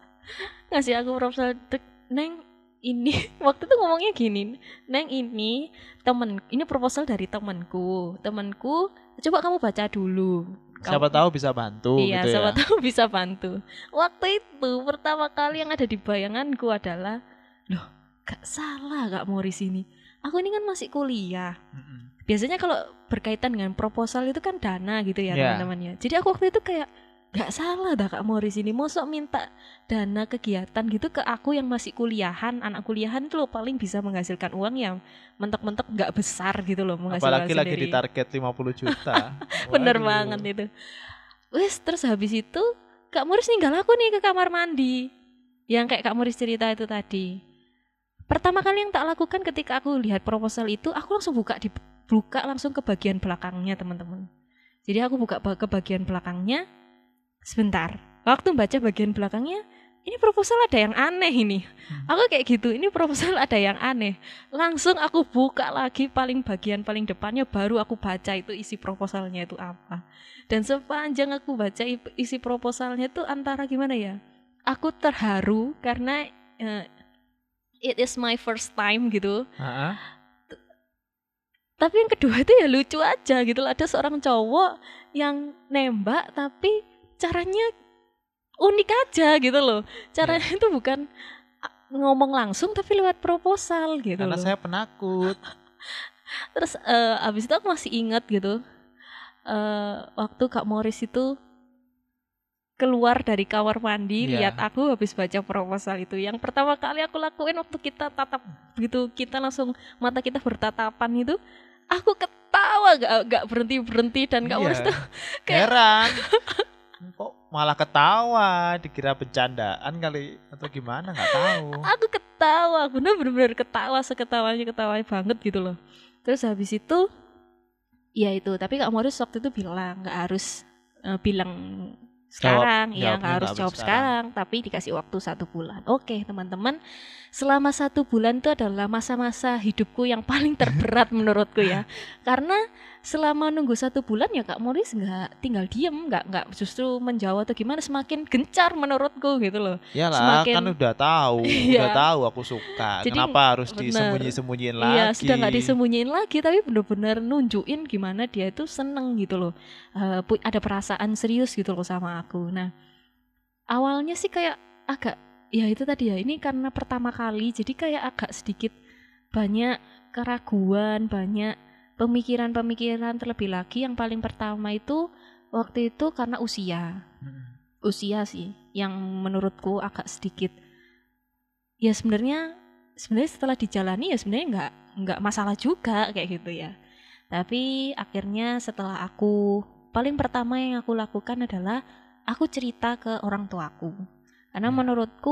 Neng ini waktu itu ngomongnya gini, Neng ini proposal dari temanku, coba kamu baca dulu. Siapa tahu bisa bantu. Iya, gitu siapa tahu bisa bantu. Waktu itu pertama kali yang ada di bayanganku adalah, loh, gak salah Kak Morris ini. Aku ini kan masih kuliah. Biasanya kalau berkaitan dengan proposal itu kan dana gitu ya teman-teman ya. Jadi aku waktu itu kayak gak salah dah Kak Morris ini, mosok minta dana kegiatan gitu ke aku yang masih kuliahan. Anak kuliahan itu loh paling bisa menghasilkan uang yang mentok-mentok gak besar gitu loh menghasilkan apalagi sendiri. Lagi di target 50 juta. Bener banget itu. Wes terus habis itu Kak Morris ninggal aku nih ke kamar mandi, yang kayak Kak Morris cerita itu tadi. Pertama kali yang tak lakukan ketika aku lihat proposal itu, aku langsung buka langsung ke bagian belakangnya teman-teman. Jadi aku buka ke bagian belakangnya. Sebentar, waktu baca bagian belakangnya, ini proposal ada yang aneh ini. Aku kayak gitu, ini proposal ada yang aneh. Langsung aku buka lagi bagian paling depannya, baru aku baca itu isi proposalnya itu apa. Dan sepanjang aku baca isi proposalnya itu antara gimana ya, aku terharu karena it is my first time gitu. Tapi yang kedua itu ya lucu aja gitu. Ada seorang cowok yang nembak tapi caranya unik aja gitu loh. Caranya itu bukan ngomong langsung tapi lewat proposal gitu. Karena saya penakut. Terus abis itu aku masih ingat gitu, waktu Kak Morris itu keluar dari kamar mandi, lihat aku habis baca proposal itu. Yang pertama kali aku lakuin waktu kita tatap gitu, kita langsung mata kita bertatapan itu, aku ketawa gak berhenti dan Kak Morris tuh kayak heran. Kok malah ketawa, dikira bercandaan kali atau gimana, nggak tahu. Aku ketawa, bener-bener ketawa, seketawanya banget gitu loh. Terus habis itu ya itu, tapi Kak Morris waktu itu bilang nggak harus bilang sekarang, nggak harus jawab sekarang, tapi dikasih waktu 1 bulan. Oke teman-teman, selama 1 bulan itu adalah masa-masa hidupku yang paling terberat menurutku ya. Karena selama nunggu 1 bulan ya Kak Morris nggak tinggal diem, nggak justru menjawab atau gimana, semakin gencar menurutku gitu loh. Iyalah, kan udah tahu aku suka. Jadi, kenapa harus disembunyi-sembunyiin lagi? Iya, sudah nggak disembunyiin lagi, tapi bener-bener nunjukin gimana dia itu seneng gitu loh, ada perasaan serius gitu loh sama aku. Nah, awalnya sih kayak agak ya itu tadi ya, ini karena pertama kali jadi kayak agak sedikit banyak keraguan, banyak pemikiran terlebih lagi. Yang paling pertama itu waktu itu karena usia sih yang menurutku agak sedikit ya, sebenarnya setelah dijalani ya sebenarnya nggak masalah juga kayak gitu ya. Tapi akhirnya setelah aku, paling pertama yang aku lakukan adalah aku cerita ke orang tuaku, karena menurutku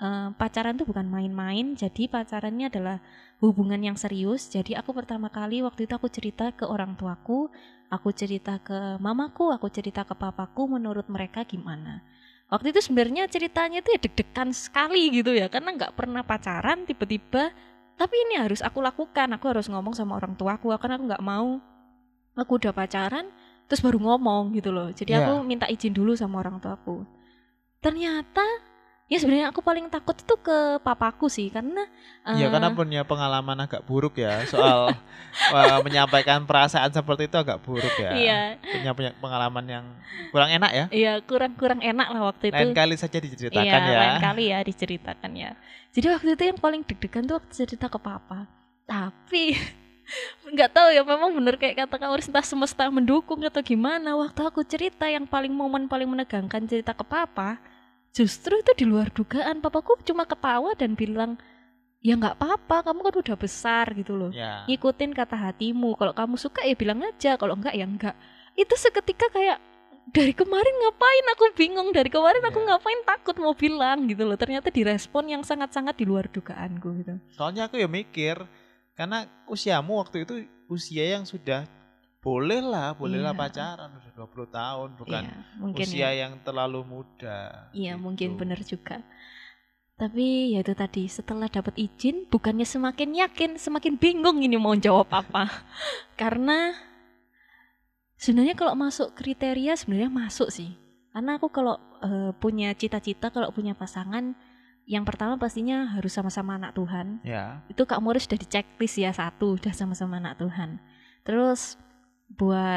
pacaran tuh bukan main-main. Jadi pacarannya adalah hubungan yang serius. Jadi aku pertama kali waktu itu aku cerita ke orang tuaku, aku cerita ke mamaku, aku cerita ke papaku, menurut mereka gimana. Waktu itu sebenarnya ceritanya tuh ya deg-degan sekali gitu ya, karena nggak pernah pacaran, tiba-tiba tapi ini harus aku lakukan, aku harus ngomong sama orang tuaku, karena aku nggak mau aku udah pacaran terus baru ngomong gitu loh. Jadi aku minta izin dulu sama orang tuaku. Ternyata ya sebenarnya aku paling takut itu ke papaku sih, karena karena punya pengalaman agak buruk ya soal menyampaikan perasaan seperti itu, agak buruk ya. Iya. Punya pengalaman yang kurang enak ya. Iya, kurang enak lah waktu itu. Lain kali saja diceritakan ya. Lain kali ya diceritakan ya. Jadi waktu itu yang paling deg-degan tuh waktu cerita ke papa. Tapi nggak tahu ya, memang bener kayak kata Kak Uris, entah semesta mendukung atau gimana. Waktu aku cerita yang momen paling menegangkan cerita ke papa, justru itu di luar dugaan. Papaku cuma ketawa dan bilang, ya nggak apa-apa, kamu kan udah besar gitu loh. Ngikutin kata hatimu. Kalau kamu suka ya bilang aja, kalau enggak ya enggak. Itu seketika kayak, dari kemarin ngapain aku bingung, dari kemarin aku ngapain takut mau bilang gitu loh. Ternyata direspon yang sangat-sangat di luar dugaanku gitu. Soalnya aku ya mikir, karena usiamu waktu itu usia yang sudah bolehlah pacaran, udah 20 tahun, bukan usia yang terlalu muda. Iya, gitu. Mungkin benar juga. Tapi ya itu tadi, setelah dapat izin bukannya semakin yakin, semakin bingung ini mau jawab apa. Karena sebenarnya kalau masuk kriteria sebenarnya masuk sih. Karena aku kalau punya cita-cita, kalau punya pasangan, yang pertama pastinya harus sama-sama anak Tuhan. Itu Kak Moris sudah di checklist ya, 1 udah sama-sama anak Tuhan. Terus buat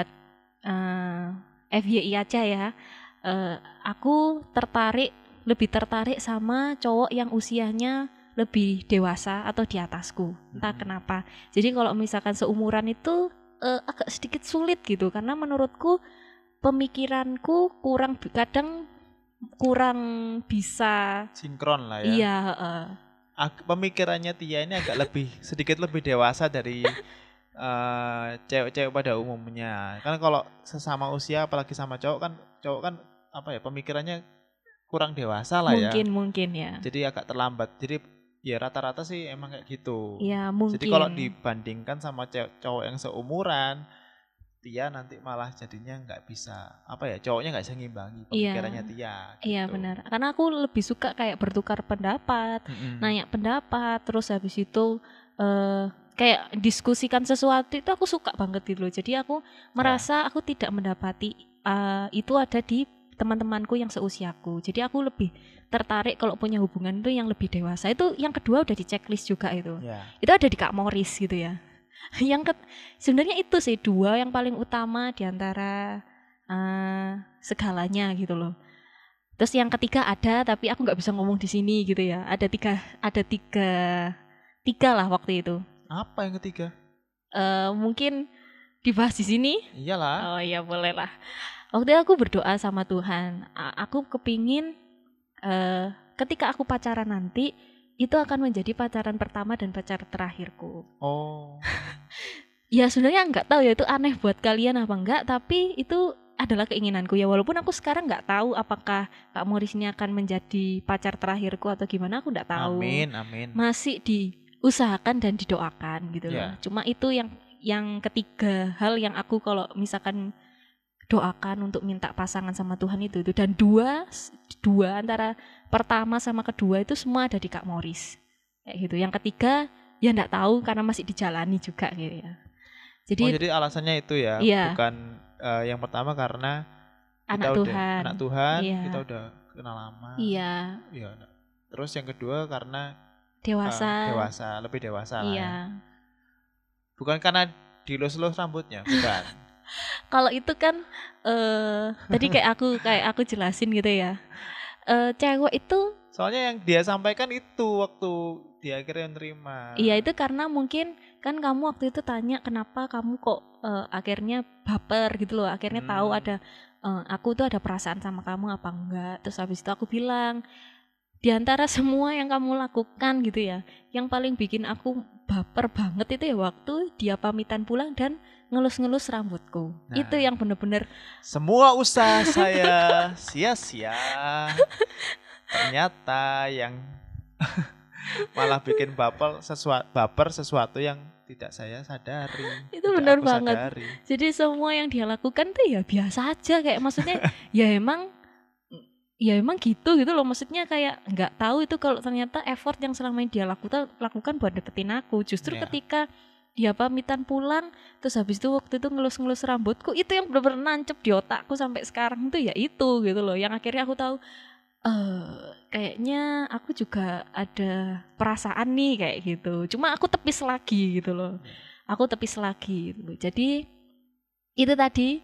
FYI aja ya, aku lebih tertarik sama cowok yang usianya lebih dewasa atau di atasku. Entah kenapa. Jadi kalau misalkan seumuran itu agak sedikit sulit gitu, karena menurutku pemikiranku kadang kurang bisa sinkron lah ya. Iya. Pemikirannya Tia ini agak sedikit lebih dewasa dari cewek-cewek pada umumnya. Karena kalau sesama usia, apalagi sama cowok kan apa ya, pemikirannya kurang dewasa lah ya. Mungkin ya. Jadi agak terlambat. Jadi ya rata-rata sih emang kayak gitu. Iya, mungkin. Jadi kalau dibandingkan sama cowok yang seumuran, Tia nanti malah jadinya nggak bisa, cowoknya nggak bisa ngimbangi pemikirannya Tia. Gitu. Iya benar. Karena aku lebih suka kayak bertukar pendapat, nanya pendapat, terus habis itu kayak diskusikan sesuatu itu aku suka banget gitu loh. Jadi aku merasa aku tidak mendapati itu ada di teman-temanku yang seusiaku. Jadi aku lebih tertarik kalau punya hubungan itu yang lebih dewasa. Itu yang kedua udah di checklist juga itu. Itu ada di Kak Moris gitu ya. Sebenarnya itu sih 2 yang paling utama di antara segalanya gitu loh. Terus yang ketiga ada, tapi aku nggak bisa ngomong di sini gitu ya. Ada tiga lah waktu itu. Apa yang ketiga? Mungkin dibahas di sini? Iyalah. Oh iya, boleh lah. Waktu itu aku berdoa sama Tuhan. Aku kepingin ketika aku pacaran nanti, itu akan menjadi pacaran pertama dan pacar terakhirku. Oh. Ya sebenarnya nggak tahu ya itu aneh buat kalian apa enggak, tapi itu adalah keinginanku ya. Walaupun aku sekarang nggak tahu apakah Kak Moris ini akan menjadi pacar terakhirku atau gimana, aku nggak tahu. Amin. Masih diusahakan dan didoakan gitu loh. Cuma itu yang ketiga hal yang aku kalau misalkan doakan untuk minta pasangan sama Tuhan itu. Dan dua antara pertama sama kedua itu semua ada di Kak Moris kayak gitu. Yang ketiga ya nggak tahu karena masih dijalani juga gitu ya. Jadi alasannya itu ya, bukan yang pertama karena anak Tuhan, kita udah kenal lama. Iya. Terus yang kedua karena lebih dewasa lah ya. Bukan karena dilus-lus rambutnya, bukan. Kalau itu kan tadi kayak aku jelasin gitu ya. Cewek itu soalnya yang dia sampaikan itu waktu dia akhirnya nerima. Iya, itu karena mungkin kan kamu waktu itu tanya kenapa kamu kok akhirnya baper gitu loh. Akhirnya tahu ada aku tuh ada perasaan sama kamu apa enggak. Terus habis itu aku bilang, di antara semua yang kamu lakukan gitu ya, yang paling bikin aku baper banget itu ya waktu dia pamitan pulang dan ngelus-ngelus rambutku. Itu yang bener-bener semua usaha saya sia-sia. Ternyata yang Malah bikin baper sesuatu yang tidak saya sadari. Itu benar banget. Sadari. Jadi semua yang dia lakukan tuh ya biasa aja, kayak maksudnya ya emang gitu loh, maksudnya kayak nggak tahu itu kalau ternyata effort yang selama ini dia lakukan buat deketin aku. Justru ketika dia pamitan pulang, terus habis itu waktu itu ngelus-ngelus rambutku, itu yang benar-benar nancep di otakku sampai sekarang tuh ya itu gitu loh, yang akhirnya aku tahu kayaknya aku juga ada perasaan nih kayak gitu. Cuma aku tepis lagi gitu loh. Gitu. Jadi itu tadi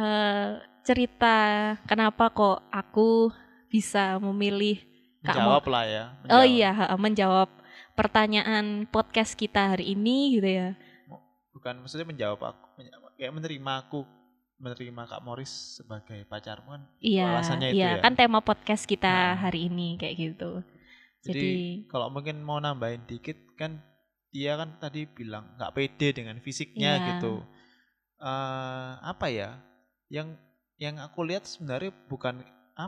cerita kenapa kok aku bisa memilih menjawab lah ya. Oh iya, menjawab pertanyaan podcast kita hari ini gitu ya. Bukan maksudnya menjawab aku, kayak menerima Kak Morris sebagai pacarmu kan. Alasannya itu ya. Iya, kan tema podcast kita hari ini kayak gitu. Jadi kalau mungkin mau nambahin dikit kan, dia kan tadi bilang nggak pede dengan fisiknya gitu. Apa ya? Yang aku lihat sebenarnya bukan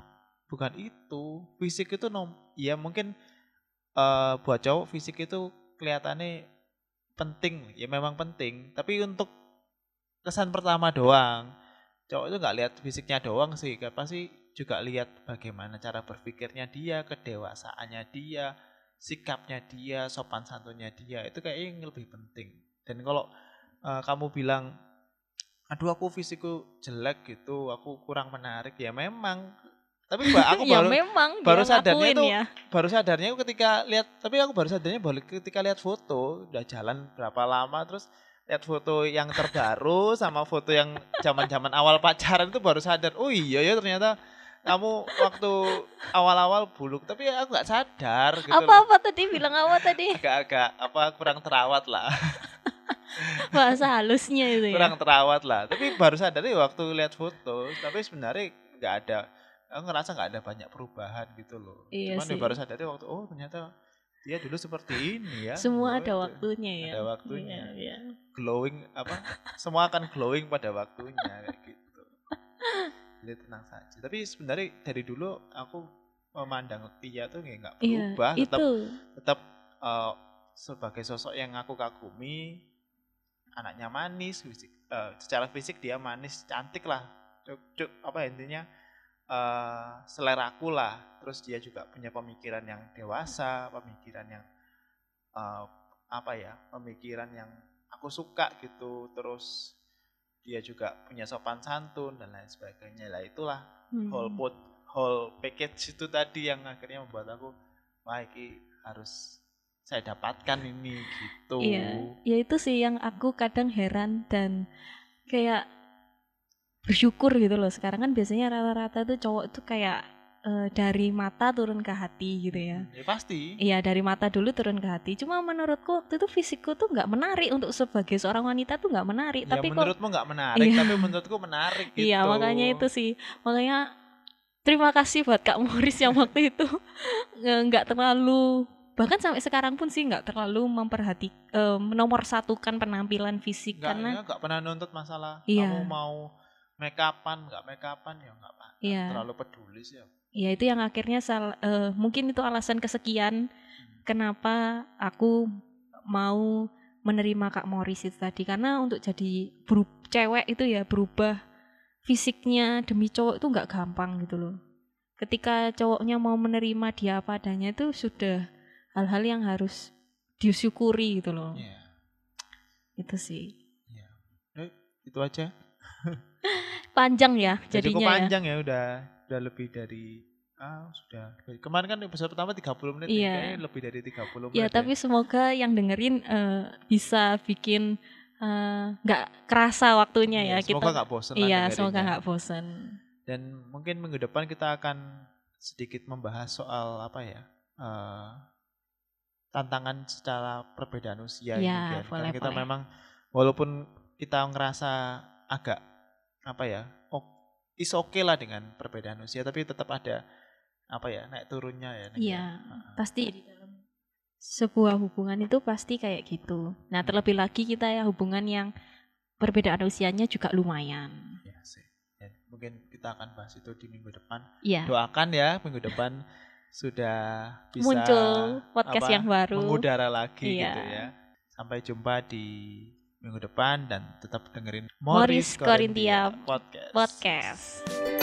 itu. Fisik itu ya mungkin buat cowok fisik itu kelihatannya penting, ya memang penting. Tapi untuk kesan pertama doang. Cowok itu nggak lihat fisiknya doang sih, pasti juga lihat bagaimana cara berpikirnya dia, kedewasaannya dia, sikapnya dia, sopan santunnya dia. Itu kayaknya yang lebih penting. Dan kalau kamu bilang, aduh aku fisikku jelek gitu, aku kurang menarik, ya memang. Tapi aku baru sadarnya ketika lihat, ketika lihat foto, udah jalan berapa lama, terus lihat foto yang terbaru sama foto yang zaman-zaman awal pacaran itu baru sadar, oh iya ya ternyata kamu waktu awal-awal buluk, tapi aku nggak sadar gitu. Apa tadi bilang apa tadi? Agak kurang terawat lah. Bahasa halusnya itu ya. Kurang terawat lah, tapi baru sadar waktu lihat foto, tapi sebenarnya nggak ada, aku ngerasa nggak ada banyak perubahan gitu loh. Iya cuman baru sadar waktu, oh ternyata dia dulu seperti ini ya. Semua ada waktunya ya. Ada waktunya. Iya. Glowing semua akan glowing pada waktunya kayak gitu. Jadi tenang saja. Tapi sebenarnya dari dulu aku memandang Tia tuh nggak berubah, tetap sebagai sosok yang aku kagumi. Anaknya manis, secara fisik dia manis, cantik lah. Intinya seleraku lah. Terus dia juga punya pemikiran yang dewasa, pemikiran yang pemikiran yang aku suka gitu. Terus dia juga punya sopan santun dan lain sebagainya. Lah itulah whole package itu tadi yang akhirnya membuat aku, wah ini harus saya dapatkan ini gitu. Iya, ya itu sih yang aku kadang heran dan kayak bersyukur gitu loh. Sekarang kan biasanya rata-rata tuh cowok tuh kayak dari mata turun ke hati gitu ya. Ya pasti. Iya, dari mata dulu turun ke hati. Cuma menurutku waktu itu fisikku tuh nggak menarik untuk sebagai seorang wanita tuh nggak menarik. Ya, tapi menurutmu nggak menarik, tapi menurutku menarik gitu. Iya, makanya itu sih. Makanya terima kasih buat Kak Morris yang waktu itu nggak terlalu, bahkan sampai sekarang pun sih nggak terlalu nomor satukan penampilan fisik. Karena nggak pernah nuntut masalah kamu mau make upan nggak ya nggak terlalu peduli sih. Ya itu yang akhirnya mungkin itu alasan kesekian kenapa aku mau menerima Kak Morris itu tadi, karena untuk jadi cewek itu ya berubah fisiknya demi cowok itu nggak gampang gitu loh. Ketika cowoknya mau menerima dia apa adanya itu sudah hal-hal yang harus disyukuri gitu loh. Itu sih. Itu aja. Panjang ya jadinya. Cukup panjang ya udah lebih dari sudah. Kemarin kan episode pertama 30 menit, kayaknya lebih dari 30 menit. Ya, tapi semoga yang dengerin bisa bikin nggak kerasa waktunya ya. Semoga nggak bosan. Iya, semoga nggak bosan. Dan mungkin minggu depan kita akan sedikit membahas soal tantangan secara perbedaan usia ini. Karena kita memang walaupun kita ngerasa agak is okay lah dengan perbedaan usia, tapi tetap ada naik turunnya ya. Iya, pasti di dalam sebuah hubungan itu pasti kayak gitu. Nah, terlebih lagi kita ya hubungan yang perbedaan usianya juga lumayan. Ya sih. Ya, mungkin kita akan bahas itu di minggu depan. Ya. Doakan ya minggu depan sudah bisa muncul podcast yang baru, mengudara lagi iya. gitu ya. Sampai jumpa di minggu depan dan tetap dengerin Moris Korintia Podcast. Podcast.